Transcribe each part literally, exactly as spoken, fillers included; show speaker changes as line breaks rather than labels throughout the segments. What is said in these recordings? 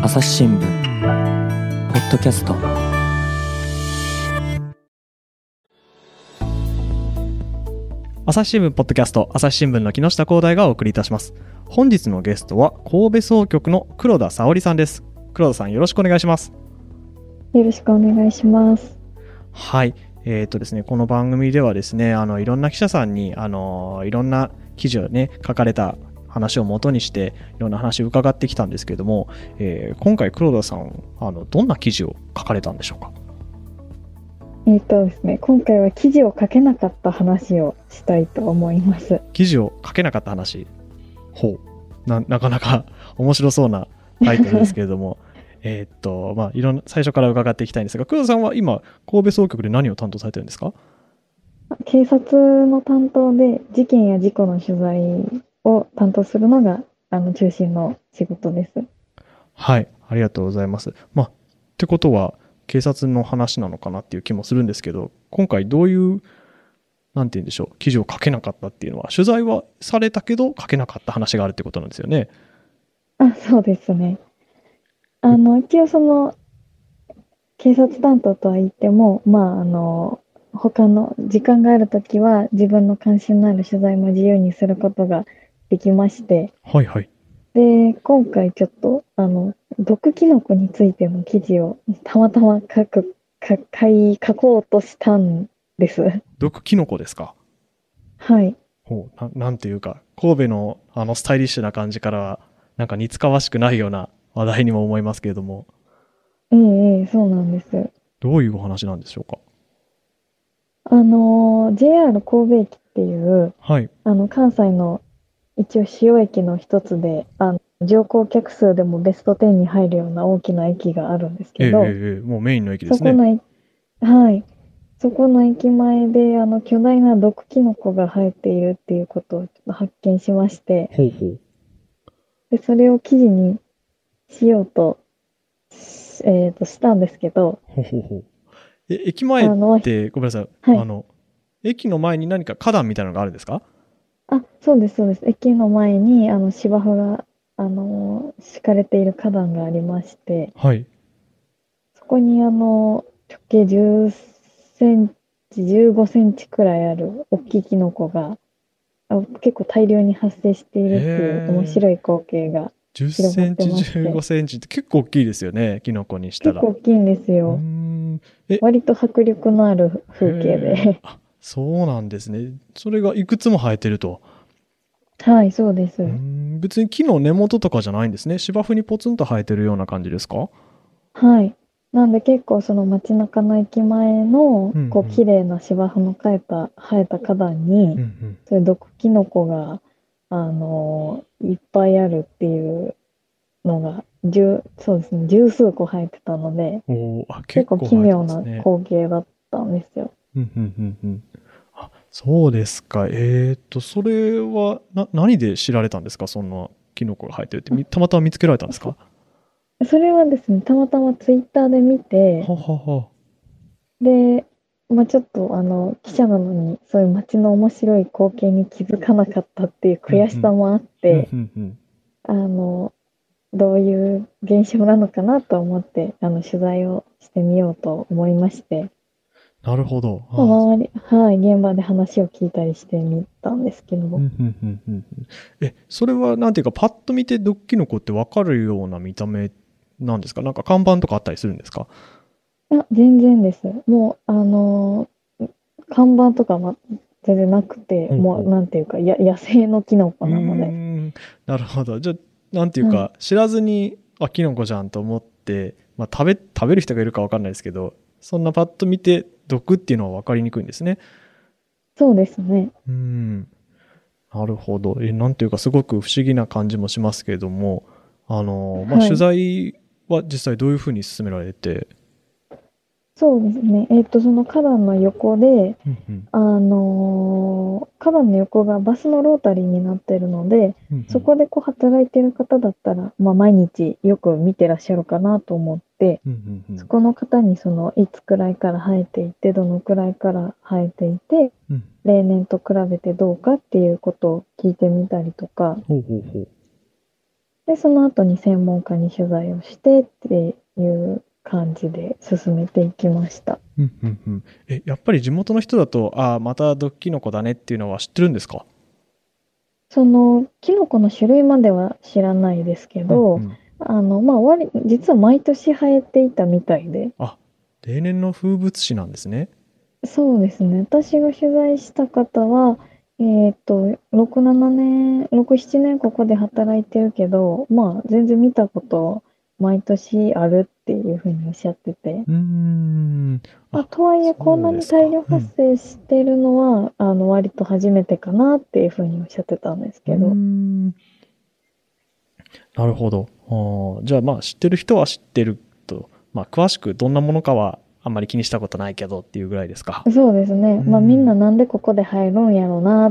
朝日新聞ポッドキャスト。
朝日新聞ポッドキャスト、朝日新聞の木下光大がお送りいたします。本日のゲストは神戸総局の黒田沙織さんです。黒田さん、よろしくお願いします。
よろしくお願いします。
はい、えーとですね、この番組ではですね、あのいろんな記者さんにあのいろんな記事をね書かれた話を元にしていろんな話を伺ってきたんですけれども、えー、今回黒田さん、あのどんな記事を書かれたんでしょうか。
えーとですね、今回は記事を書けなかった話をしたいと思います。
記事を書けなかった話、ほう な, なかなか面白そうなタイトルですけれどもえっとまあいろんな最初から伺っていきたいんですが、黒田さんは今神戸総局で何を担当されてるんですか。
警察の担当で事件や事故の取材を担当するのがあの中心の仕事です。
はい、ありがとうございます。まあってことは警察の話なのかなっていう気もするんですけど、今回どういうなんて言うんでしょう、記事を書けなかったっていうのは、取材はされたけど書けなかった話があるってことなんですよね。
あ、そうですね。あの一応その警察担当とは言っても、まああの他の時間があるときは自分の関心のある取材も自由にすることができまして、
はいはい。
で今回ちょっとあの毒キノコについての記事をたまたま書くか書い書こうとしたんです。
毒キノコですか。
はい。
ほう な, なんていうか神戸のあのスタイリッシュな感じからはなんか似つかわしくないような話題にも思いますけれども、
ええええ、そうなんです。
どういうお話なんでしょうか。
あの ジェイアール 神戸駅っていう
はい。
あの関西の一応主要駅の一つで、あの乗降客数でもベストじゅうに入るような大きな駅があるんです
えええ
けど、
えええ、もうメインの駅ですね。
そこの駅、はい。そこの駅前で、あの、巨大な毒キノコが生えているっていうことをちょっと発見しまして、
ほうほう。
で、それを記事にしようと、えーと、したんですけど、
ほうほうほう。え、駅前っ
あの、
てごめんなさい。
はい。
あの駅の前に何か花壇みたいなのがあるんですか。
あ、そうです、そうです。駅の前に、あの、芝生が、あの、敷かれている花壇がありまして、
はい。
そこに、あの、直径じゅっセンチ、じゅうごセンチくらいある大きいキノコが、あ結構大量に発生しているっていう面
へえ。
白い光景が
10
広がって
センチ、15
まして、
センチって結構大きいですよね、キノコにしたら。
結構大きいんです
うー
よ。
ん。え、
割と迫力のある風景
へえ。
で。
あ、そうなんですね。それがいくつも生えてると。
はい、そうです。
うーん。別に木の根元とかじゃないんですね。芝生にポツンと生えてるような感じですか。
はい。なんで結構その街中の駅前の
うん
こう綺麗な芝生の生えた、生えた花壇
うん。う
に、
ん
そういう毒キノコが、あのいっぱいあるっていうのが、十、そうですね、十数個生えてたので、
うん。おー、あ、
結構
結構生えて
奇妙な
ますね。
光景だったんですよ。
うんうんうんうん。あ、そうですか。えーと、それはな、何で知られたんですか、そんなキノコが生えてるって。みたまたま見つけられたんですか。
それはですね、たまたまツイッターで見て、
ははは。
で、まあ、ちょっとあの記者なのにそういう街の面白い光景に気づかなかったっていう
うんうん。
悔しさもあっ
うん
て、
うんうん。
あのどういう現象なのかなと思ってあの取材をしてみようと思いまして、
なるほど。
まあ
ああ。
周り、はい、現場で話を聞いたりしてみたんですけど、
うんうんうんうんうん。え、それはなんていうか、パッと見て毒キノコってわかるような見た目なんですか。なんか看板とかあったりするんですか。
いや全然です。もうあの看板とかは全然なくて、もう
ほうほ
なんていうかや野生のキノコ
う。うー
なので、
ん。なるほど。じゃあ、なんていう
はい、
か、知らずに、あ、キノコじゃんと思って、まあ、食べ、食べる人がいるかわかんないですけど、そんなパッと見て毒っていうのは分かりにくいんですね。
そうですね。
うーん。なるほど。え、なんていうか、すごく不思議な感じもしますけれども、あの、まあ、取
はい。
材は実際どういうふうに進められて。
そうですね。えっと、その花壇の横で、
うんうん。
あのー花壇の横がバスのロータリーになってるので、
うんうん。
そこでこう働いてる方だったら、まあ、毎日よく見てらっしゃるかなと思って、
うんうんうん。
そこの方にそのいつくらいから生えていて、どのくらいから生えていて、
うん。
例年と比べてどうかっていうことを聞いてみたりとか、
ほうほうほう。
で、その後に専門家に取材をしてっていう感じで進めていきました。
うんうんうん。え、やっぱり地元の人だと、ああ、また毒キノコだねっていうのは知ってるんですか？
その、キノコの種類までは知らないですけど、
うんうん、
あの、まあ、割実は毎年生えていたみたいで。
あ、例年の風物詩なんですね。
そうですね。私が取材した方は、えっと、ろく、ななねん、ろく、ななねんここで働いてるけど、まあ、全然見たこと毎年あるっていうふうにおっしゃってて。
うーん。
まあ、
あ、
とはいえ、こん
そう
なに
ですか。
大量発
うん。
生してるのは、あの、割と初めてかなっていうふうにおっしゃってたんです
うー
けど。
ん。なるほど。あー、じゃあまあ知ってる人は知ってると、まあ詳しくどんなものかはあんまり気にしたことないけどっていうぐらいですか。
そうですね。まあ、みん
うん。
ななんでここで入るんやろうなって、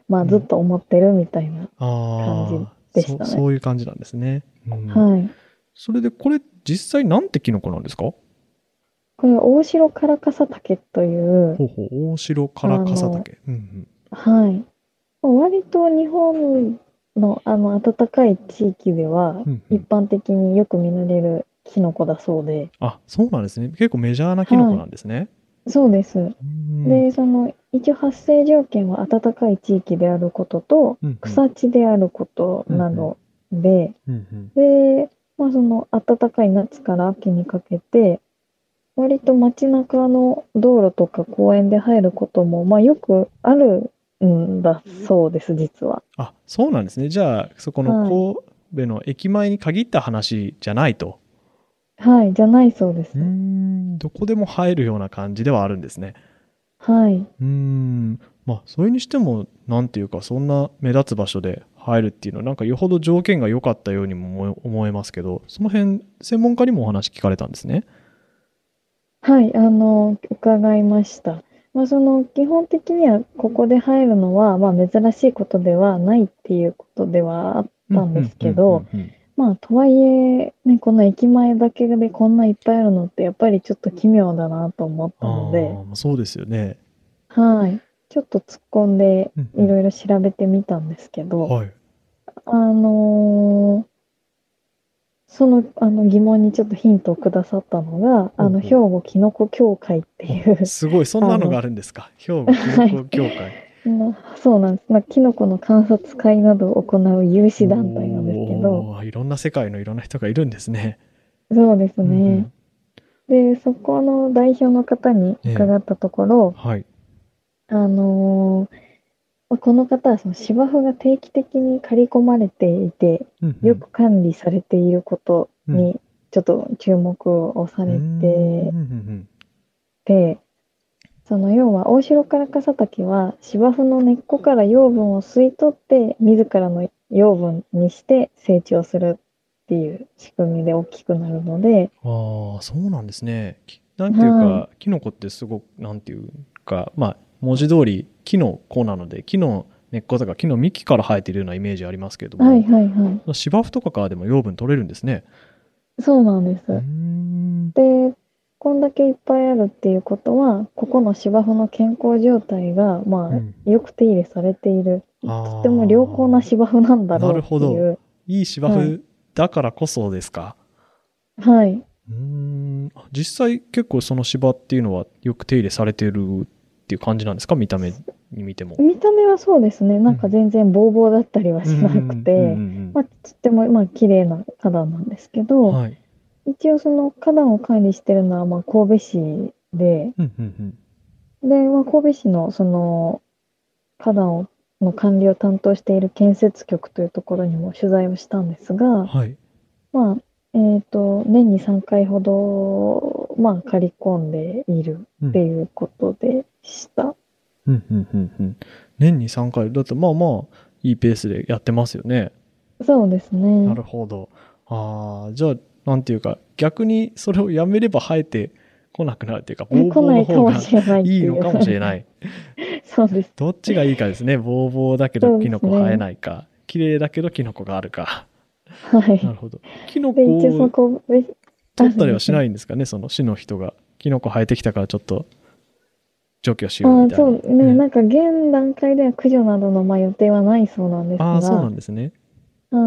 まあ、ずっ
うん。
と思ってるみたいな感じ
ああ、そう、
でしたね。
そういう感じなんですね。うん。
はい。
それでこれ実際なんてキノコなんですか？
これは大城カラカサタケという、
ほうほう、大城か
あ
らかさ
の、
竹。うんうん。
はい。割と日本のあの暖かい地域では
うんうん。
一般的によく見られるキノコだそうで、
あ、そうなんですね。結構メジャーなキノコ
は
なんですね。
い。そうです。
うーん。
で、その一応発生条件は暖かい地域であることと
うんうん。
草地であること
うんうん。
などで、
うんうん。
で、まあその暖かい夏から秋にかけて、割と街中の道路とか公園で入ることも、まあよくあるんだそうです、実は。
あ、そうなんですね。じゃあ、そこの
はい。
神戸の駅前に限った話じゃないと。
はい、じゃないそうで
うー
す。
ん、どこでも入るような感じではあるんですね。
はい。
うーん、まあ、それにしても、なんていうか、そんな目立つ場所で入るっていうのは、なんかよほど条件が良かったようにも思え思えますけど、その辺、専門家にもお話聞かれたんですね。
はい、あの、伺いました。まあ、その、基本的にはここで入るのは、まあ、珍しいことではないっていうことではあっ
うん、うん、
たんです
うん、う
けど、
ん、うん。
まあ、とはいえ、ね、この駅前だけでこんないっぱいあるのって、やっぱりちょっと奇妙だなと思ったので、
ああ、そうですよね。
はい。ちょっと突っ込んで
うん、うん。
いろいろ調べてみたんですけど、
はい。
あのその、あの疑問にちょっとヒントをくださったのが、あの、兵
ほうほう。
庫キノコ協会って
あ、
いう、
すごい、そんなのが
あの、
あるんですか。兵庫キノ
はい、
コ協会。
なそうなんです。まあ、キノコの観察会などを行う有志団体なんですけど、
おー、いろんな世界のいろんな人がいるんですね。
そうですね。
うんうん。
で、そこの代表の方に
ええ、
伺ったところ、
はい。
あのーまあこの方はその芝生が定期的に刈り込まれていて、よ
うんうん。
く管理されていること
うん。
にちょっと注目をさ
うーん。
れて
うんうん
て、その要は大城から笠滝は芝生の根っこから養分を吸い取って自らの養分にして成長するっていう仕組みで大きくなるので、
うん。ああ、そうなんですね。きなんていう
はい。
か、キノコってすごく、なんていうか、まあ、文字通り木の子なので、木の根っことか木の幹から生えているようなイメージありますけれども、
はいはいは
芝生とかからでも養分取れるんですね。
い。そうなんで
うー
す。
ん。
で、こんだけいっぱいあるっていうことは、ここの芝生の健康状態が、ま
うん。
あ、よく手入れされている、とっても良好な
あ
芝生なん
あ、な
だろう
るほど。
っていう、
いい芝
はい。
生だからこそですか。
はい。
うーん。実際結構その芝っていうのはよく手入れされてるっていう感じなんですか？見た目に見ても。
見た目はそうですね。なんか
うん。
全然ボーボーだったりは
うん。う
しなく
ん。うん。う
て、
ん。
まあ、とっても、まあ、綺麗な花壇なんですけど、
はい。
一応その花壇を管理してるのは、まあ、神戸市で、
うん。うん。うん。
で、まあ、神戸市のその花壇をの管理を担当している建設局というところにも取材をしたんですが、
はい。
まあ、えっと、年にさんかいほど、まあ、借り込んでいる
うん。
っていうことでした。
うん。うん。うん。うん。年にさんかい。だとまあまあ、いいペースでやってますよね。
そうです
な
ね。
るほど。ああ、じゃあ、なんていうか、逆にそれをやめれば生えてこなくなるっていうか、ボーボー
来ないか
の方が
もしれないっていう。
いいのかもしれない。
そうです。
どっちがいいかですね。ボーボーだけど
そうで
キノコ生え
すね。
ないか。綺麗だけどキノコがあるか。
はい。
なるほど。キノ
で、一応そ
コを
こ、べあ、
取ったりはし
すみません。
ないんですかね、その市の人が。キノコ生えてきたからちょっと除去しようみ
あ、
たいな。
そうね、
ね。
なんか現段階では駆除などの、まあ、予定はないそうなんです
ああ、そうな
が、
んですね。
はい。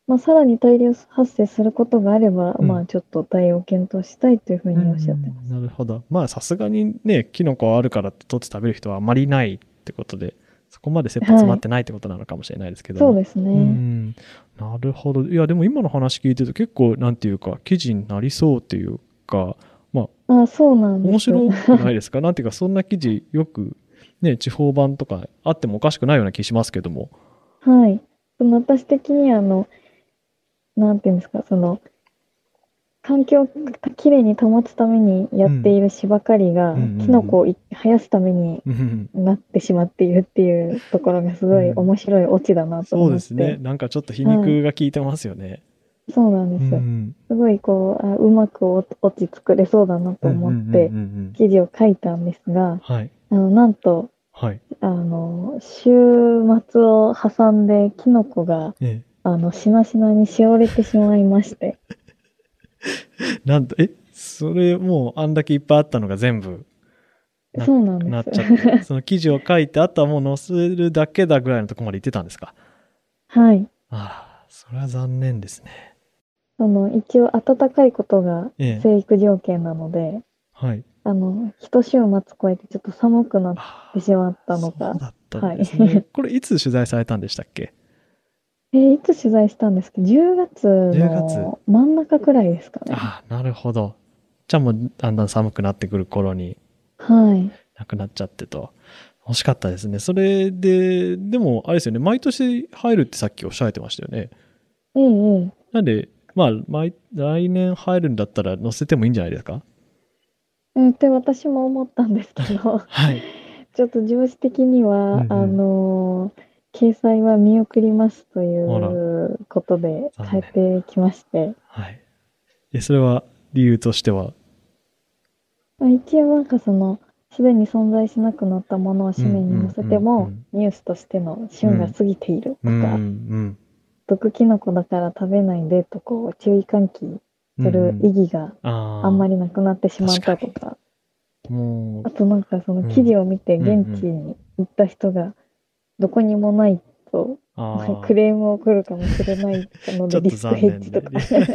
まあ、さらに大量発生することがあれば、
うん
まあ、ちょっと対応を検討したいというふうにおっしゃってます。
うんなるほど。まあさすがにね、キノコあるからって取って食べる人はあまりないってことで、そこまで切羽詰まってないってことなのかもしれないですけども。
そうですね。
うん。なるほど。いや、でも今の話聞いてると結構、なんていうか、記事になりそうっていうか、まあ、
あ、そうなんです。
面白くないですかなんていうか、そんな記事よく、ね、地方版とかあってもおかしくないような気しますけども。
はい。その私的には、あの、なんていうんですか、その、環境をきれいに保つためにやっている芝刈りが、
うんうんうん
キノコをい生やすために
うん
なってしまっているっていうところがすごい面白いオチだなと
そう
思って。
ですね。なんかちょっと皮肉が効いてますよね。
そうなんです。
うん
すごいこう、あうまくおオチ作れそうだなと思って
うんうんうんうん
記事を書いたんですが、
はい。
あの、なんと、
はい。
あの、週末を挟んでキノコが、
え
あの、しなしなにしおれてしまいまして。
え、なんと、え、それもうあんだけいっぱいあったのが全部な
そうなん
なっ
です。
ちゃって、その記事を書いて、あとはもう載せるだけだぐらいのとこまで行ってたんですか？
はい。
ああ、それは残念ですね。
その、一応暖かいことが
ええ、
生育条件なので、
はい。
あの、一週末超えてちょっと寒くなっ
あ
てしまった
あ、そ
のが、
うだったん
はい。
ですね。これいつ取材されたんでしたっけ？
えーいつ取材したんですか？ じゅう 月
じゅうがつ。
の真ん中くらいですかね。
ああ、なるほど。じゃあもうだんだん寒くなってくる頃に
はい。
なくなっちゃってと。惜しかったですね。それで、でも、あれですよね。毎年入るってさっきおっしゃってましたよね。
ええ、ええ。
なんで、まあ、毎来年入るんだったら載せてもいいんじゃないですか？
うんって私も思ったんですけど、
はい。
ちょっと上司的には、
うんうん
あのー掲載は見送りますとい
あら
うことで
残
変えてきまして、
はい。え、それは理由としては？
まあ、一応なんかその、すでに存在しなくなったものを紙面に載せて
うんうんうん
も、
うん
ニュースとしての旬が過ぎている
うん、
とか、
うん、
毒キノコだから食べないでとこう注意喚起
うん。
する意義が
あ
あんま
り、
りなくなってしまったとか、
もう、
あとなんかその記事を見て現地に行った人がどこにもないと、
あ
クレームを来るかもしれないの
ちょっと
でリスクヘッジとか。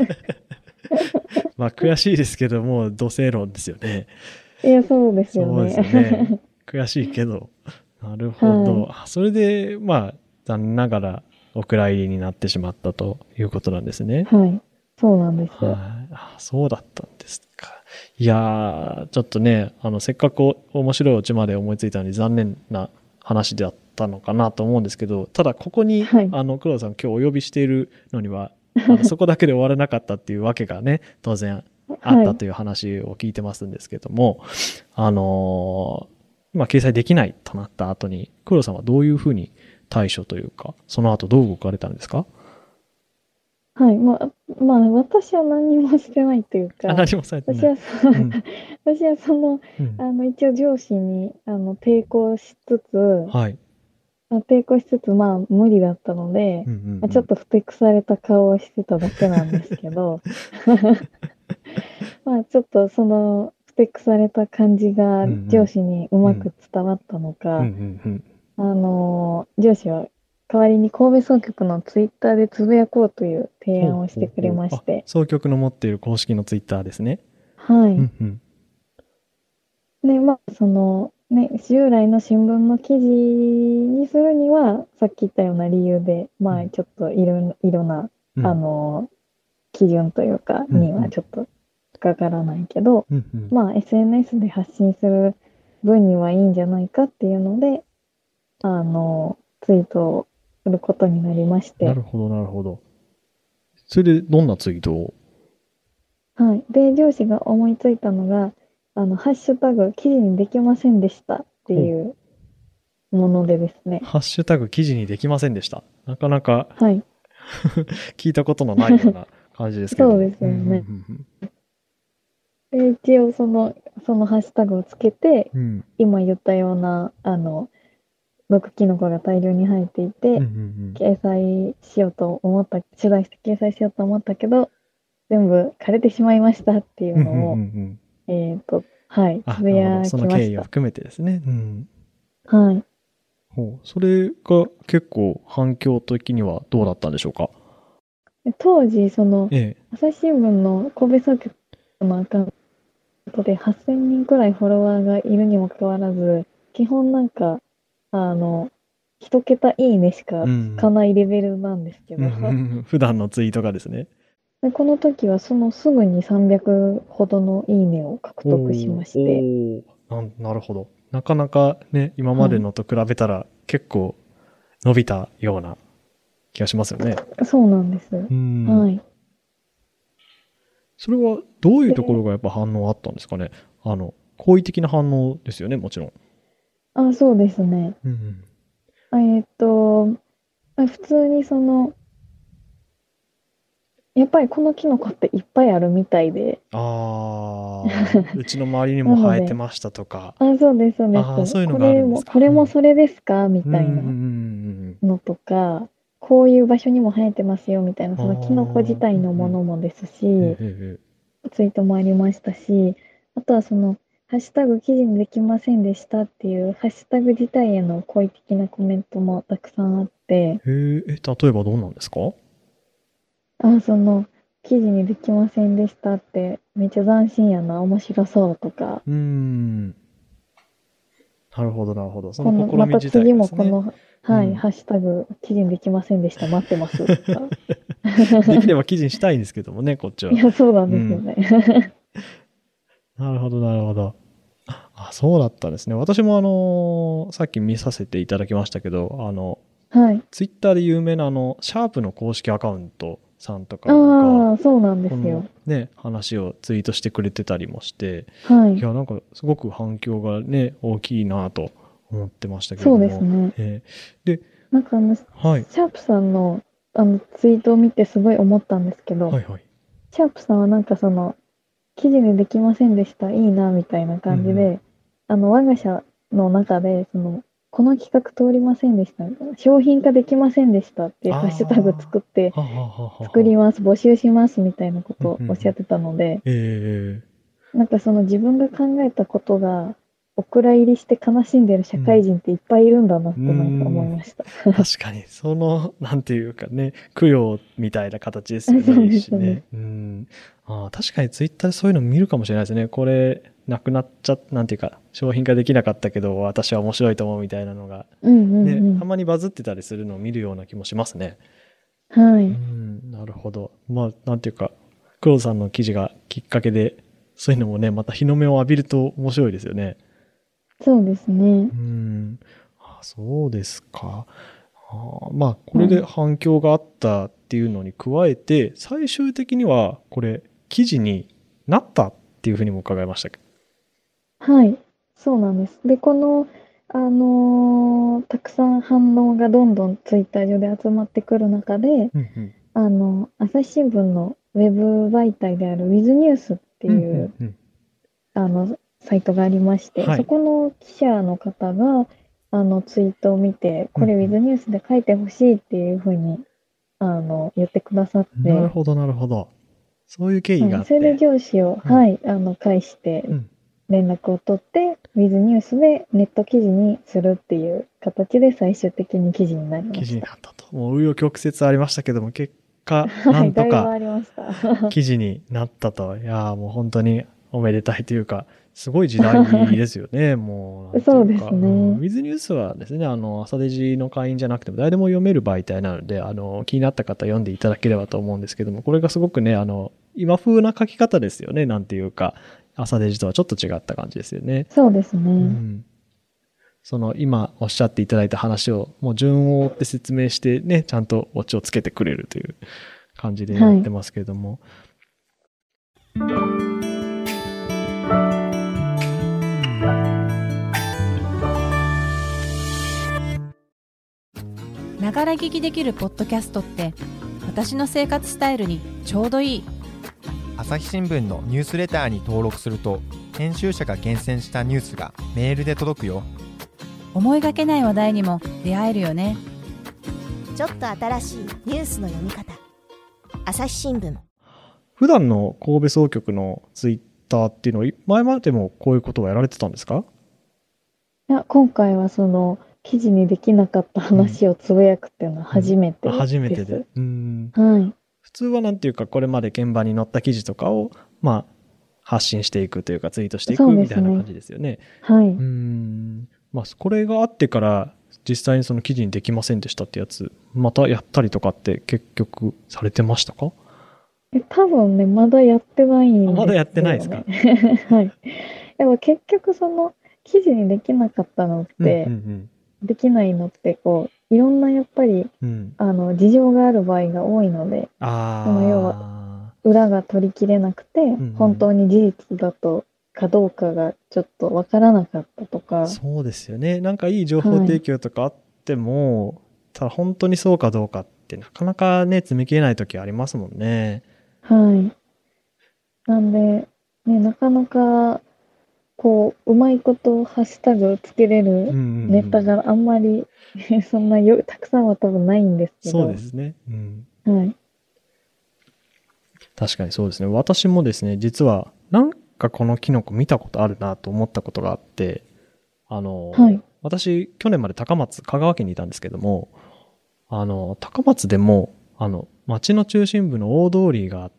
まあ悔しいですけども、土星論ですよね。
いや、そうですよ
そうですよ
ね。
ね。悔しいけど。なるほど。
は
それで、まあ、残念ながらお蔵入りになってしまったということなんですね。
はい。そうなんです。
はい。あ、そうだったんですか。いやー、ちょっとね、あの、せっかく面白いオチまで思いついたのに残念な話だったのかなと思うんですけど、ただここに、
はい
あの、黒田さん今日お呼びしているのには、あのそこだけで終わらなかったっていうわけがね、当然あったという話を聞いてますんですけども、あのー、まあ、掲載できないとなった後に、黒田さんはどういうふうに対処というか、その後どう動かれたんですか？
はい。まあ、まあ、私は何もしてないという
あ、
か、
何もされて
私
ない。
はそ、
うん
私はその、
うん
あの、一応上司に、あの、抵抗しつつ、
はい。
まあ抵抗しつつ、まあ、無理だったので、
うんうんうん
まあちょっとふてくされた顔をしてただけなんですけど、まあ、ちょっとその、ふてくされた感じが
うんうん
上司にうまく伝わったの
うん
か、
うんうん
あの、上司は代わりに神戸総局のツイッターでつぶやこうという提案をしてくれまし
あ、
て、
総局の持っている公式のツイッターですね。
はい。
うんうん
で、まあ、その、ね、従来の新聞の記事にするには、さっき言ったような理由で、まあ、
うん
ちょっといろいろな、
うん
あの、基準というか、
うん
にはちょっとかからないけど、
うんうん
まあ、エスエヌエス で発信する分にはいいんじゃないかっていうので、あの、ツイートをすることになりまして、
なるほど、なるほど。それでどんなツイートを？
はい。で、上司が思いついたのが、あの、ハッシュタグ、記事にできませんでしたっていうものでですね。
ハッシュタグ記事にできませんでした。なかなか
はい。
聞いたことのないような感じですけど。
そうですよね
うんうん
で、一応その、そのハッシュタグをつけて、
うんうん
今言ったような、あの、毒キノコが大量に生えていて、
うんうんうん
掲載しようと思った、取材して掲載しようと思ったけど、全部枯れてしまいましたっていうのを、
うんうんうんうん
えっと、はい、
あ、
つぶや
なるほど。そ
きました。
の経緯を含めてですね。うん。
はい。
ほうそれが結構反響的にはどうだったんでしょうか？
で当時、その、
ええ。
朝日新聞の神戸総局のアカウントではっせんにんくらいフォロワーがいるにもかかわらず、基本なんか、あの、一桁いいねしかつか
うん。
ないレベルなんですけ
うんう
ど、
ん。普段のツイートがですね。
でこの時はそのすぐにさんびゃくほどのいいねを獲得し
おー
まして、
おーなんなるほど。なかなかね、今まで
はい。
のと比べたら結構伸びたような気がしますよね。
そうなんです。
うん。
はい。
それはどういうところ
で、
がやっぱ反応あったんですかね。あの、好意的な反応ですよね、もちろん。
あ、そうですね。
うん。
えーっと、まあ普通にその、やっぱりこのキノコっていっぱいあるみたいで、
ああ、うちの周りにも生えて
なので、
ましたとか。
あ、そうです、そうで
ああ、
す。
そういうのがある
これも、
んですか。
これ
うん。
もそれですかみ
うんうんう
たいな
ん
のとか、こういう場所にも生えてますよみたいな、
うん。あ
そのキノコ自
あ、
体のも
うんうん。
のもです
へえへ
し、
えへえ。
ツイートもありましたし、あとはその、ハッシュタグ記事にできませんでしたっていうハッシュタグ自体への好意的なコメントもたくさんあって、
へえ、え、例えばどうなんですか？
あ、その、記事にできませんでしたってめっちゃ斬新やな、面白そうとか、
うーん。なるほど、なるほど。その
この、
試み自体
また次
がですね。
もこの、はい、
うん。
ハッシュタグ記事にできませんでした、待ってますとか。
できれば記事にしたいんですけどもね、こっちは。
いや、そうなん
うん。
ですよね。
なるほど、なるほど。あ、そうだったんですね。私もあの、さっき見させていただきましたけど、あの、
はい。
ツイッターで有名なあの、シャープの公式アカウントさんとかが、
ああ、そうなんで
この
すよ。
ね、話をツイートしてくれてたりもして、
はい。
いや、なんかすごく反響がね、大きいなと思ってましたけれ
そう
ども、
ですね。
えーで、
なんかあの、シ
はい、
ャープさんの、あの、ツイートを見てすごい思ったんですけど、
はいはい。
シャープさんはなんかその、記事にできませんでした、いいな、みたいな
うんうん。
感じで、あの、我が社の中で、その、この企画通りませんでした、商品化できませんでしたっていうハッシュタグ
あ
作って、
あ、ははははは。
作ります、募集しますみたいなこ
うん
とを
うんうん。
おっしゃってたので、
ええ
なんかその自分が考えたことがお蔵入りして悲しんでる社
うん。
会人っていっぱいいるんだなっ
うー
てなんか思い
ん。
ました。
確かに、その、なんていうかね、供養みたいな形ですよね、
そう
一
ですね。
種ね。うん。ああ、確かにツイッターでそういうの見るかもしれないですね。これ、なくなっちゃっなんていうか、商品化できなかったけど、私は面白いと思うみたいなのが、
うんうん
ね、
うん。
たまにバズってたりするのを見るような気もしますね。う
はい。
ん、なるほど。まあ、なんていうか、黒田さんの記事がきっかけで、そういうのもね、また日の目を浴びると面白いですよね。
そうですね。
うん。あ、そうですか。あ、まあ、これで
はい。
反響があったっていうのに加えて、最終的には、これ、記事になったっていうふうにも伺いましたけ
はい。そうなんです。で、この、あのーたくさん反応がどんどんツイッター上で集まってくる中で、
ど。うんうん。
あの、朝日新聞のウェブ媒体であるウィズニュースって
うんう
いう
んうん。
あの、サイトがありまして、
はい。
そこの記者の方が、あの、ツイートを見て、これ、ウィ
うん
ズニュースで書いてほしいっていうふうに、あの、言ってくださって、
うん。なるほど、なるほど。そういう経緯
はい、それで
があって。
上司を、
うん。
はい、あの、介して
うん。
連絡を取って、ウィズニュースでネット記事にするっていう形で最終的に記事になりま
記事
した。
になったと。もう、紆余曲折ありましたけども、結果、な
はい、だいぶ
んとか
ありました。
記事になったと。いやーもう本当におめでたいというか、すごい時代ですよね。もう、なんて
そうで
いうか。うん。ウ
すね。
ィズニュースはですね、あの、朝デジの会員じゃなくても誰でも読める媒体なので、あの、気になった方読んでいただければと思うんですけども、これがすごくね、あの、今風な書き方ですよね。なんていうか、朝デジとはちょっと違った感じですよね。
そうですね。
うん。その今おっしゃっていただいた話をもう順を追って説明してね、ちゃんとオチをつけてくれるという感じでや
はい。
ってますけれども。
ながら聞きできるポッドキャストって私の生活スタイルにちょうどいい。
朝日新聞のニュースレターに登録すると編集者が厳選したニュースがメールで届くよ。
思いがけない話題にも出会えるよね。
ちょっと新しいニュースの読み方。朝日新聞。
普段の神戸総局のツイッターっていうのは、前までもこういうことをやられてたんですか？
いや、今回はその、記事にできなかった話をつぶやくっていうのは
うん。あ、
初めて
初めてで。
です。
うーん。
はい。
普通はなんていうか、これまで現場に載った記事とかを、まあ、発信していくというか、ツイートしていく
そうですね
みたいな感じですよね。
はい。
うーん。まあ、これがあってから、実際にその記事にできませんでしたってやつ、またやったりとかって結局されてましたか？
え多分ね、まだやってないんですよね。
まだやってないですか？
はい。でも結局その記事にできなかったのっ
うん
て、
うん
できないのってこう、いろんなやっぱり、
うん。うん。
あの、事情がある場合が多いので、その要
あ
裏が取り切れなくて、
んうん
本当に事実だとかどうかがちょっとわからなかったと
あ、
か、
そうですよね。なんかいい情報提供とかあっても、ただ本当にそうかどうかってなかなかね、詰め切れない時ありますもんね。
はい。なんで、ね、なかなか、こう、うまいことハッシュタグつけれる
うんうんうん
ネタがあんまりそんなよたくさんは多分ないんですけど。
そうですね。うん。
はい。
確かにそうですね。私もですね、実は、なんかこのキノコ見たことあるなと思ったことがあって、あの、
はい。
私、去年まで高松、香川県にいたんですけども、あの、高松でも、あの、町の中心部の大通りがあって、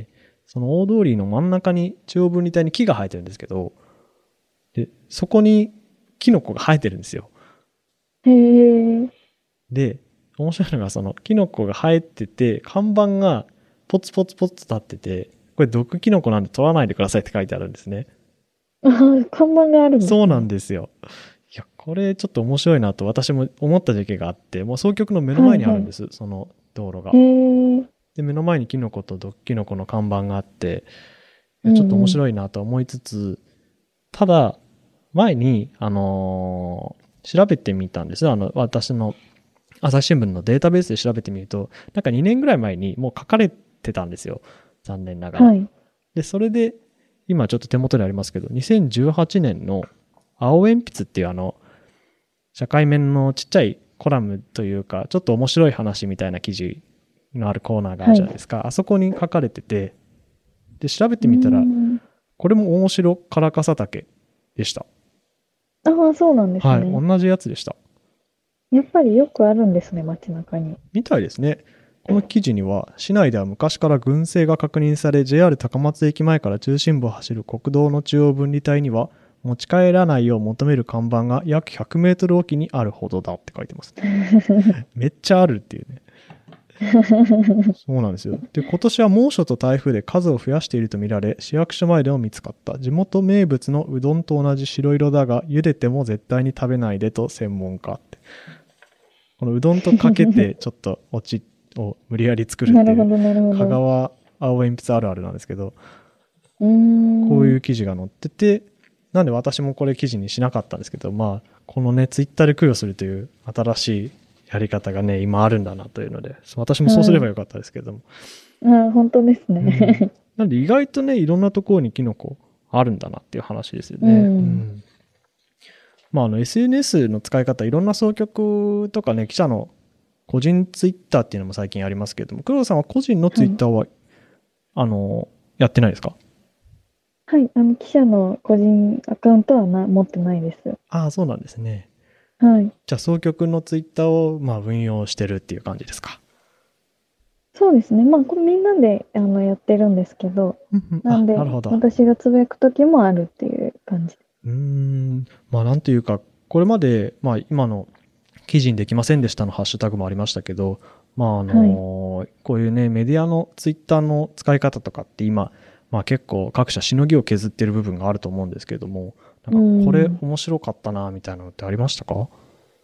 その大通りの真ん中に中央分離帯に木が生えてるんですけど、で、そこにキノコが生えてるんですよ。
へえ。
で、面白いのがそのキノコが生えてて、看板がポツポツポツと立ってて、これ毒キノコなんで取らないでくださいって書いてあるんですね。
あ、看板があるんですね。
そうなんですよ。いや、これちょっと面白いなと私も思った時期があって、もう総局の目の前にあるんです、その道路が。
へえ。
で、目の前にキノコと毒キノコの看板があって、いやちょっと面白いなと思いつつ、ただ、前に、あのー調べてみたんです。あの、私の朝日新聞のデータベースで調べてみると、なんかにねんぐらい前にもう書かれてたんですよ。残念ながら。
はい。
で、それで、今ちょっと手元にありますけど、にせんじゅうはちねんの青鉛筆っていうあの、社会面のちっちゃいコラムというか、ちょっと面白い話みたいな記事のあるコーナーがあるじゃないですか。あそこに書かれてて、で、調べてみたら
うー、ん
これも面白カラカサタケでした。
ああ、そうなんです
はい、
ね。
同じやつでした。
やっぱりよくあるんですね、街中に。
みたいですね。この記事には、市内では昔から群生が確認され、ジェイアール 高松駅前から中心部を走る国道の中央分離帯には、持ち帰らないよう求める看板が約ひゃくメートルおきにあるほどだって書いてますね。めっちゃあるっていうね。そうなんですよ。で、今年は猛暑と台風で数を増やしているとみられ、市役所前でも見つかった。地元名物のうどんと同じ白色だが、茹でても絶対に食べないでと専門家って。このうどんとかけて、ちょっとオチを無理やり作るっていう、
なるほど、なるほ
香
ど。
川青鉛筆あるあるなんですけど、
うーん。
こういう記事が載ってて、なんで私もこれ記事にしなかったんですけど、まあ、このね、ツイッターで供養するという新しいやり方がね、今あるんだなというので、私もそうすればよかったですけども。
あ、本当です
うん
ね。
なんで意外とね、いろんなところにキノコあるんだなっていう話ですよね。
うん
うんまあ、あの エスエヌエス の使い方、いろんな総局とかね、記者の個人ツイッターっていうのも最近ありますけれども、黒田さんは個人のツイッターは、あの、やってないですか？
はい、あの、記者の個人アカウントはな持ってないです。
ああ、そうなんですね。
はい。
じゃあ、総局のツイッターを、まあ、運用してるっていう感じですか？
そうですね。まあ、これみんなであのやってるんですけど、なんで、
あなるほど。
私がつぶやくときもあるっていう感じ。
うーん。まあ、なんていうか、これまで、まあ、今の記事にできませんでしたのハッシュタグもありましたけど、まあ、あのーこういうね、メディアのツイッターの使い方とかって今、まあ結構各社しのぎを削ってる部分があると思うんですけれども、なんかこれ面白かったな、みたいなのってありましたか？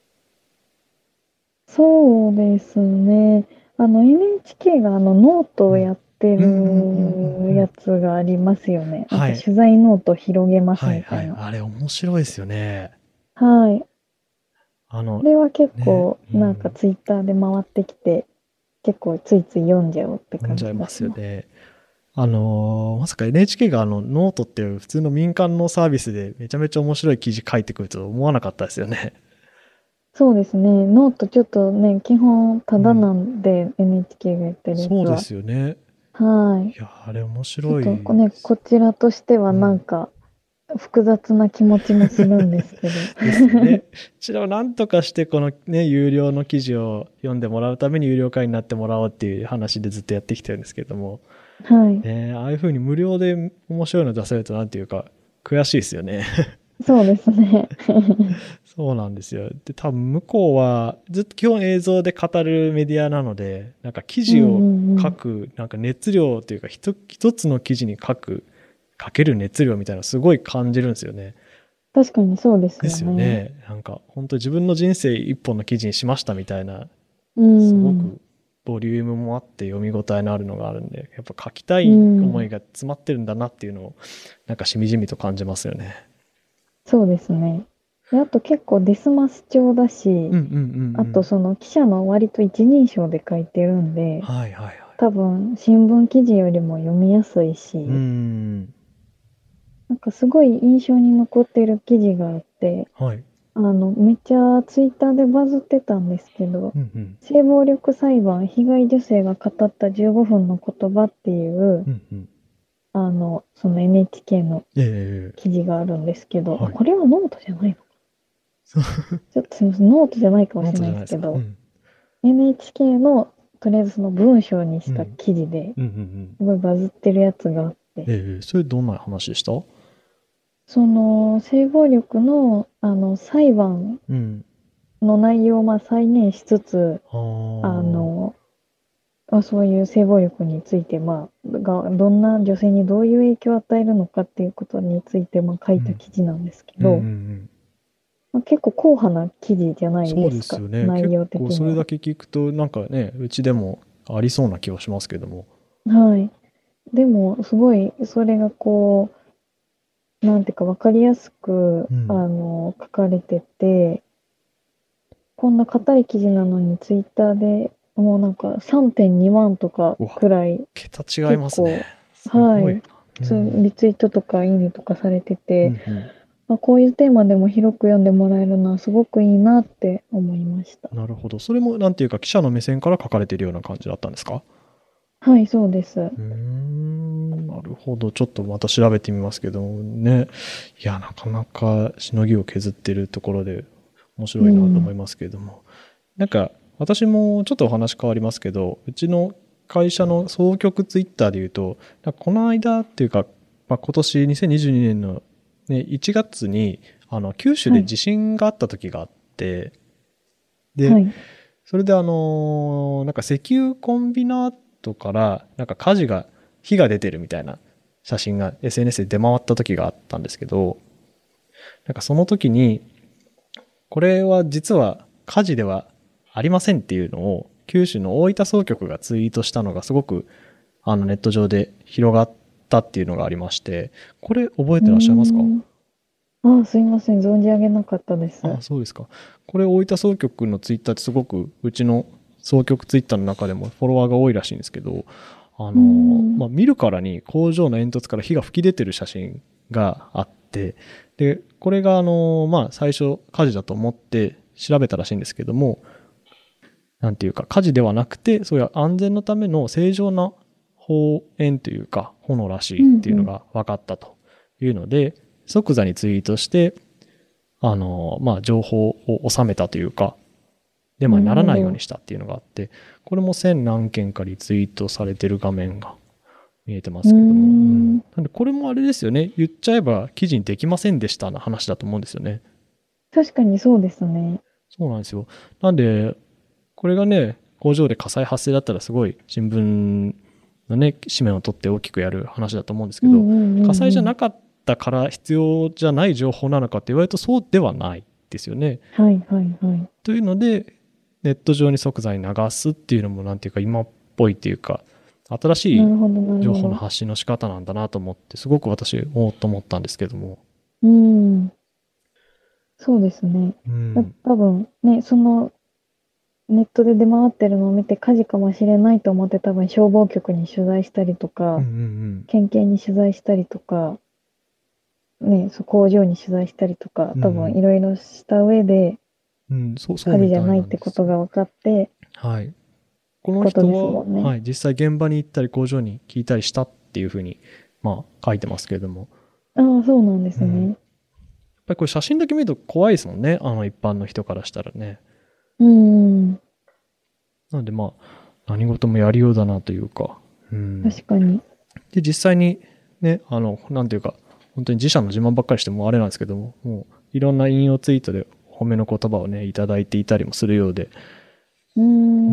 そうですね。あの、エヌエイチケー があのノートをやって
うんうんうんうんうん
るやつがありますよね。
はい
なんか取材ノート広げます
はいはいい。
みたな。
あれ面白いですよね。
はい。
あの
こ、れは結構
ねうん
なんかツイッターで回ってきて、結構ついつい読んじゃおうって感じがし
読んじゃいま
ますす。
よね。あのーまさか エヌエイチケー があのノートっていう普通の民間のサービスでめちゃめちゃ面白い記事書いてくると思わなかったですよね。
そうですね。ノートちょっとね、基本タダなんで、エヌエイチケー がやってるやつは。
そうですよね。
はい
い。や、あれ面
ちょ
白い。
っとね、こちらとしてはなんか、 複雑な気持ちもするんですけど。
ですね。こちらをなんとかしてこのね、有料の記事を読んでもらうために有料会員になってもらおうっていう話でずっとやってきてるんですけれども、
はい。
ね、ああいう風に無料で面白いの出せるとなんていうか悔しいですよね。
そうですね。
そうなんですよ。で、多分向こうはずっと基本映像で語るメディアなので、なんか記事を書く、なんか熱量というか一一つの記事に書く、かける熱量みたいなのすごい感じるんですよね。
確かにそうですよね。
ですよね。なんか本当自分の人生一本の記事にしましたみたいな、
うん
すごくボリュームもあって読み応えのあるのがあるんで、やっぱ書きたい思いが詰まってるんだなっていうのを、なんかしみじみと感じますよね。
そうですね。であと結構デスマス調だし、
うんうんうん、うん。
あとその記者の割と一人称で書いてるんで、
はいはいはい。
多分新聞記事よりも読みやすいし、
うん。
なんかすごい印象に残ってる記事があって、
はい。
あの、めっちゃツイッターでバズってたんですけど、
うんうん。
性暴力裁判、被害女性が語ったじゅうごふんの言葉っていう、
うんうん。
あの、その エヌエイチケー の
ええ
記事があるんですけど、
はい
あこれはノートじゃないの
そう
ちょっとすみません、ノートじゃないかもしれないですけど、
うん。
エヌエイチケー のとりあえずその文章にした記事で、
うんうんうん。
すごいバズってるやつがあって、
ええそれどんな話でした？
その性暴力のあの裁判
うん。
の内容をまあ再現しつつ、
あー
あの、まあ、そういう性暴力について、まあ、がどんな女性にどういう影響を与えるのかっていうことについて、まあ、書いた記事なんですけど、
うんうんうん。
まあ、結構硬派な記事じゃない
そう
でか、
ですすよね。
内容的
結構それ
には。
だけ聞くと、なんかね、うちでもありそうな気はしますけども。
はい。でも、すごい、それがこう、なんていうか、わかりやすく、
うん
あの、書かれてて、こんな硬い記事なのに、ツイッターでもうなんかさんてんにまんとかくらい、
桁違いますね。す
構
ごい。
はいつ
うん
リツイートとかいいねとかされて
う
て、
んうん
まあ、こういうテーマでも広く読んでもらえるのはすごくいいなって思いました。
なるほど。それもなんていうか記者の目線から書かれているような感じだったんですか？
はい、そうです。
うーん、なるほど。ちょっとまた調べてみますけどね。いや、なかなかしのぎを削ってるところで面白いなと思いますけれども。なんか、私もちょっとお話変わりますけど、うちの会社の総局ツイッターで言うと、なんかこの間っていうか、まあ、今年にせんにじゅうにねんの、ね、いちがつに、あの、九州で地震があった時があって、で、
はい。
それであのーなんか石油コンビナートからなんか火事が火が出てるみたいな写真が エスエヌエス で出回った時があったんですけど、なんかその時にこれは実は火事ではありませんっていうのを九州の大分総局がツイートしたのがすごくあのネット上で広がったっていうのがありまして、これ覚えてらっしゃいますか？
うーんああ、すいません。存じ上げなかったです。
あ、そうですか。これ大分総局のツイッターってすごくうちの総局ツイッターの中でもフォロワーが多いらしいんですけど、あの、
うん
まあ、見るからに工場の煙突から火が噴き出てる写真があって、で、これがあの、まあ、最初火事だと思って調べたらしいんですけども、なんていうか火事ではなくて、そういう安全のための正常な放煙というか炎らしいっていうのが分かったというので、即座にツイートして、あの、まあ、情報を収めたというか、デマにならないようにしたっていうのがあって、これも千何件かリツイートされてる画面が見えてますけども。
うーん
うんなんでこれもあれですよね。言っちゃえば記事にできませんでしたの話だと思うんですよね。
確かにそうですね。
そうなんですよ。なんで、これがね、工場で火災発生だったらすごい新聞のね、紙面を取って大きくやる話だと思うんですけど、
うんうんうんうん
火災じゃなかったから必要じゃない情報なのかって言われるとそうではないですよね。
はいはいはい。
というので、ネット上に即座に流すっていうのもなんていうか今っぽいっていうか、新しい
なるほどなる
情報の
ほど。
発信の仕方なんだなと思って、すごく私、おーっと思ったんですけども。
うん。そうですね。
うん。
多分ね、そのネットで出回ってるのを見て火事かもしれないと思って多分消防局に取材したりとか、
うんうん
県警に取材したりとか、ね、そう工場に取材したりとか、多分いろいろした上で
うん。うん、そう、そう
火事じ
みたいなんです。
ゃないってことが分かって、
はい。この
こと
人は、
ですもんね。
はい、実際現場に行ったり工場に聞いたりしたっていうふうに、まあ書いてますけれども、
ああ、そうなんですね。
うんやっぱりこれ写真だけ見ると怖いですもんね。あの一般の人からしたらね。
うん。
なのでまあ、何事もやりようだなというか。うん、
確かに。
で、実際にね、あの、なんていうか、本当に自社の自慢ばっかりしてもあれなんですけども、もういろんな引用ツイートで褒めの言葉をね、いただいていたりもするようで。
うーん。
うん、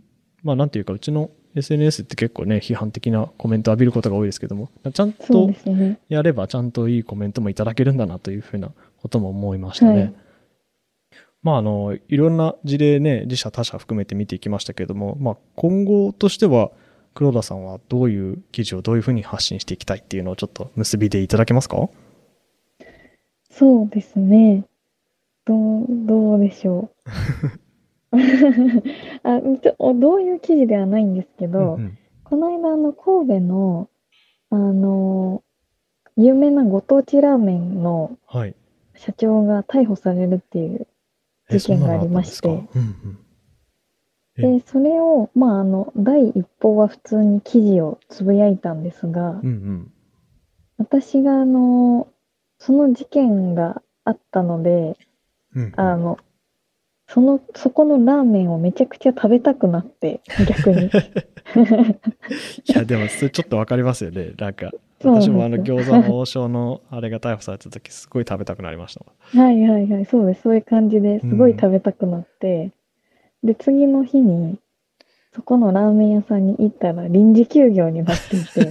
まあなんていうか、うちの エスエヌエス って結構ね、批判的なコメントを浴びることが多いですけども、ちゃん
そう
と
ですね。
やればちゃんといいコメントもいただけるんだなというふうなことも思いましたね。
はい
まああの、いろんな事例ね、自社他社含めて見ていきましたけれども、まあ今後としては、黒田さんはどういう記事をどういうふうに発信していきたいっていうのをちょっと結びでいただけますか？
そうですね。どう、どうでしょう。あ、ちょどういう記事ではないんですけど、
うんうん、
この間、あの、神戸の、あの、有名なご当地ラーメンの
はい。
社長が逮捕されるっていう
え、
事件がありまして、
そんなのあったんですか？うんうん。
で、それを、まあ、あの、第一報は普通に記事をつぶやいたんですが、
うんうん。
私が、あの、その事件があったので、
うんうん、
あの、その、そこのラーメンをめちゃくちゃ食べたくなって、逆に。
いや、でも、それちょっとわかりますよね。なんか、
そうなんです
私もあの餃子の王将のあれが逮捕された時、すごい食べたくなりましたもん。
はいはいはい、そうです。そういう感じですごい食べたくなって、で、次の日に、そこのラーメン屋さんに行ったら臨時休業になっていて。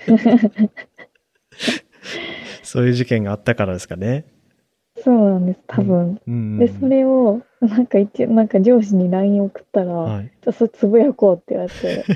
そういう事件があったからですかね。
そうなんです、多分。
うんうんうん、
で、それを、なんか一応、なんか上司に ライン 送ったら、
はい、
ちょっとそれつぶやこうって言われて。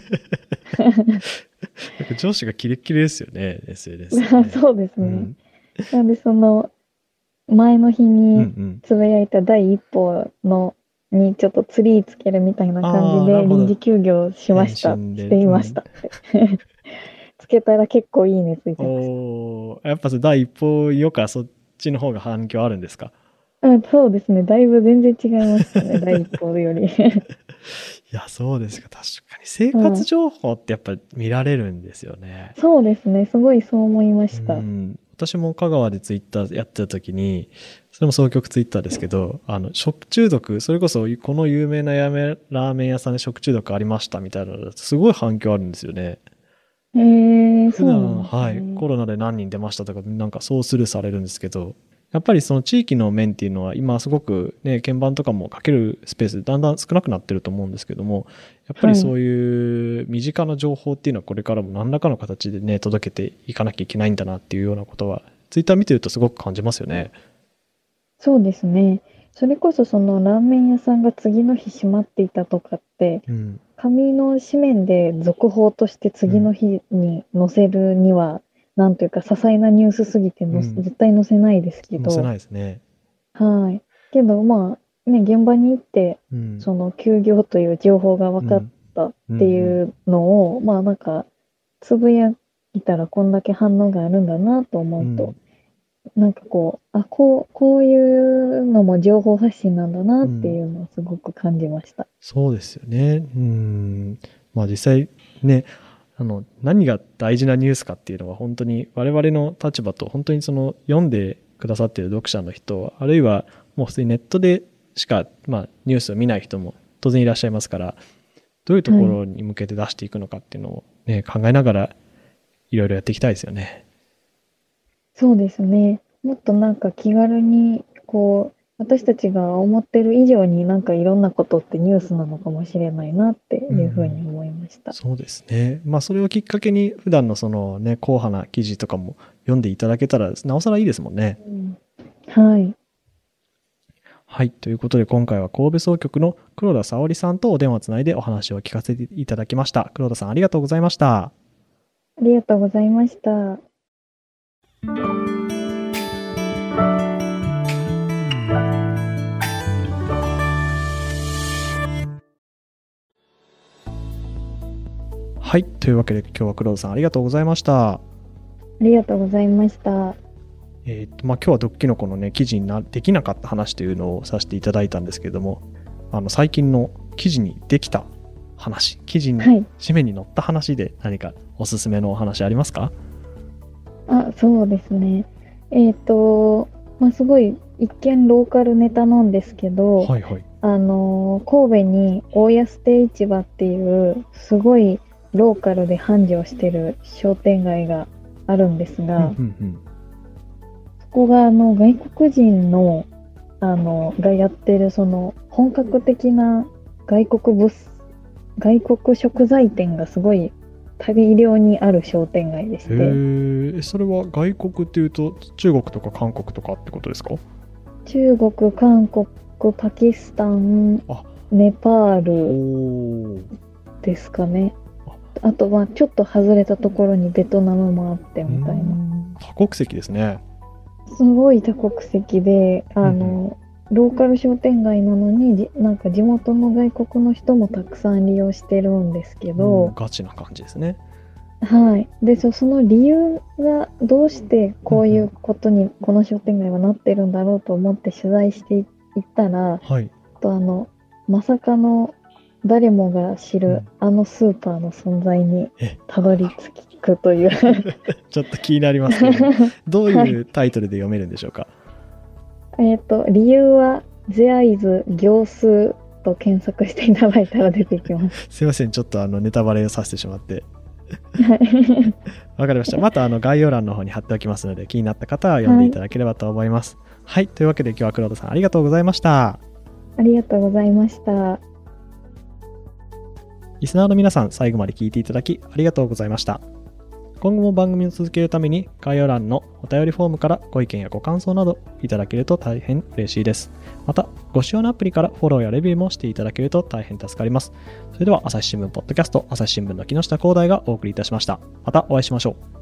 なんか上司がキレッキレですよね、エスエヌエス、ね。
そうですね。
うん、
なんで、その、前の日
うんう
に
ん、
つぶやいた第一報の、にちょっとツリーつけるみたいな感じで臨時休業しました、していましたって。つけたら結構いいねついてました。
おー、やっぱそれ第一報よかそっちの方が反響あるんですか？
うん、そうですね。だいぶ全然違いましたね。第一報より。
いや、そうですか。確かに。生活情報ってやっぱ見られるんですよね。
うん、そうですね。すごいそう思いました。
うん、私も香川でツイッターやってた時に、それも総局ツイッターですけど、あの、食中毒、それこそこの有名なやめラーメン屋さんで食中毒ありましたみたいなのだとすごい反響あるんですよね。
へー、
普
そうなん
段、
ですね。
はい、コロナで何人出ましたとか、なんかそうスルーされるんですけど、やっぱりその地域の面っていうのは今すごくね、鍵盤とかもかけるスペースだんだん少なくなってると思うんですけども、やっぱりそういう身近な情報っていうのはこれからも何らかの形でね、届けていかなきゃいけないんだなっていうようなことは、ツイッター見てるとすごく感じますよね。
そうですね。それこそそのラーメン屋さんが次の日閉まっていたとかって、うん、紙の紙面で続報として次の日に載せるには、うん、なんというか些細なニュースすぎての、うん、絶対載せないですけど。
載せないですね。
はい。けどまあね、現場に行って、うん、その休業という情報が分かったっていうのを、うん、まあなんかつぶやいたらこんだけ反応があるんだなと思うと、うんなんかこう、あ、こう、こういうのも情報発信なんだなっていうのをすごく感じました。うん、
そうですよね。うん。まあ実際ね、あの、何が大事なニュースかっていうのは本当に我々の立場と本当にその読んでくださっている読者の人、あるいはもう普通にネットでしか、まあニュースを見ない人も当然いらっしゃいますから、どういうところに向けて出していくのかっていうのをね、はい、考えながらいろいろやっていきたいですよね。
そうですね。もっとなんか気軽に、こう、私たちが思ってる以上になんかいろんなことってニュースなのかもしれないなっていうふうに思いました。
うん、そうですね。まあそれをきっかけに普段のそのね、硬派な記事とかも読んでいただけたらなおさらいいですもんね。
うん、はい。
はい。ということで今回は神戸総局の黒田沙織さんとお電話つないでお話を聞かせていただきました。黒田さんありがとうございました。
ありがとうございました。
はい。というわけで今日は黒田さんありがとうございました。
ありがとうございました。
えーとまあ、今日は毒キノコのね記事になできなかった話というのをさせていただいたんですけれども、あの最近の記事にできた話、記事に、はい、紙面に載った話で何かおすすめのお話ありますか？
あ、そうですね。えっと、まあ、すごい一見ローカルネタなんですけど、
はいはい。
あのー神戸に大安亭市場っていうすごいローカルで繁盛してる商店街があるんです
うん
が、
うん
そこがあの外国人のあのがやってるその本格的な外国物外国食材店がすごい大量にある商店街でし
うん。
て、
へえ、それは外国っていうと中国とか韓国とかってことですか？
中国、韓国、パキスタン、
あ、
ネパー
お
ル
ー。
ですかね。あとまあちょっと外れたところにベトナムもあってみたいな。
多国籍ですね。
すごい多国籍で、あの、ローカル商店街なのに、じなんか地元の外国の人もたくさん利用してるんですけ
うん
ど、
ガチな感じですね。
はい。で、そその理由がどうしてこういうことにこの商店街はなってるんだろうと思って取材していったら、
はい。
とあの、まさかの誰もが知
うん
るあのスーパーの存在に
え
たどり着くという。
ちょっと気になりますけど、どういうタイトルで読めるんでしょうか？
えっと、理由は、There is 行数と検索していただいたら出てきます。
すいません、ちょっとあのネタバレをさせてしまって。
はい
わかりました。またあの概要欄の方に貼っておきますので、気になった方は読んでいただければと思います。はい。というわけで今日は黒田さんありがとうございました。
ありがとうございました。
リスナーの皆さん、最後まで聞いていただきありがとうございました。今後も番組を続けるために概要欄のお便りフォームからご意見やご感想などいただけると大変嬉しいです。また、ご使用のアプリからフォローやレビューもしていただけると大変助かります。それでは、朝日新聞ポッドキャスト、朝日新聞の木下光大がお送りいたしました。またお会いしましょう。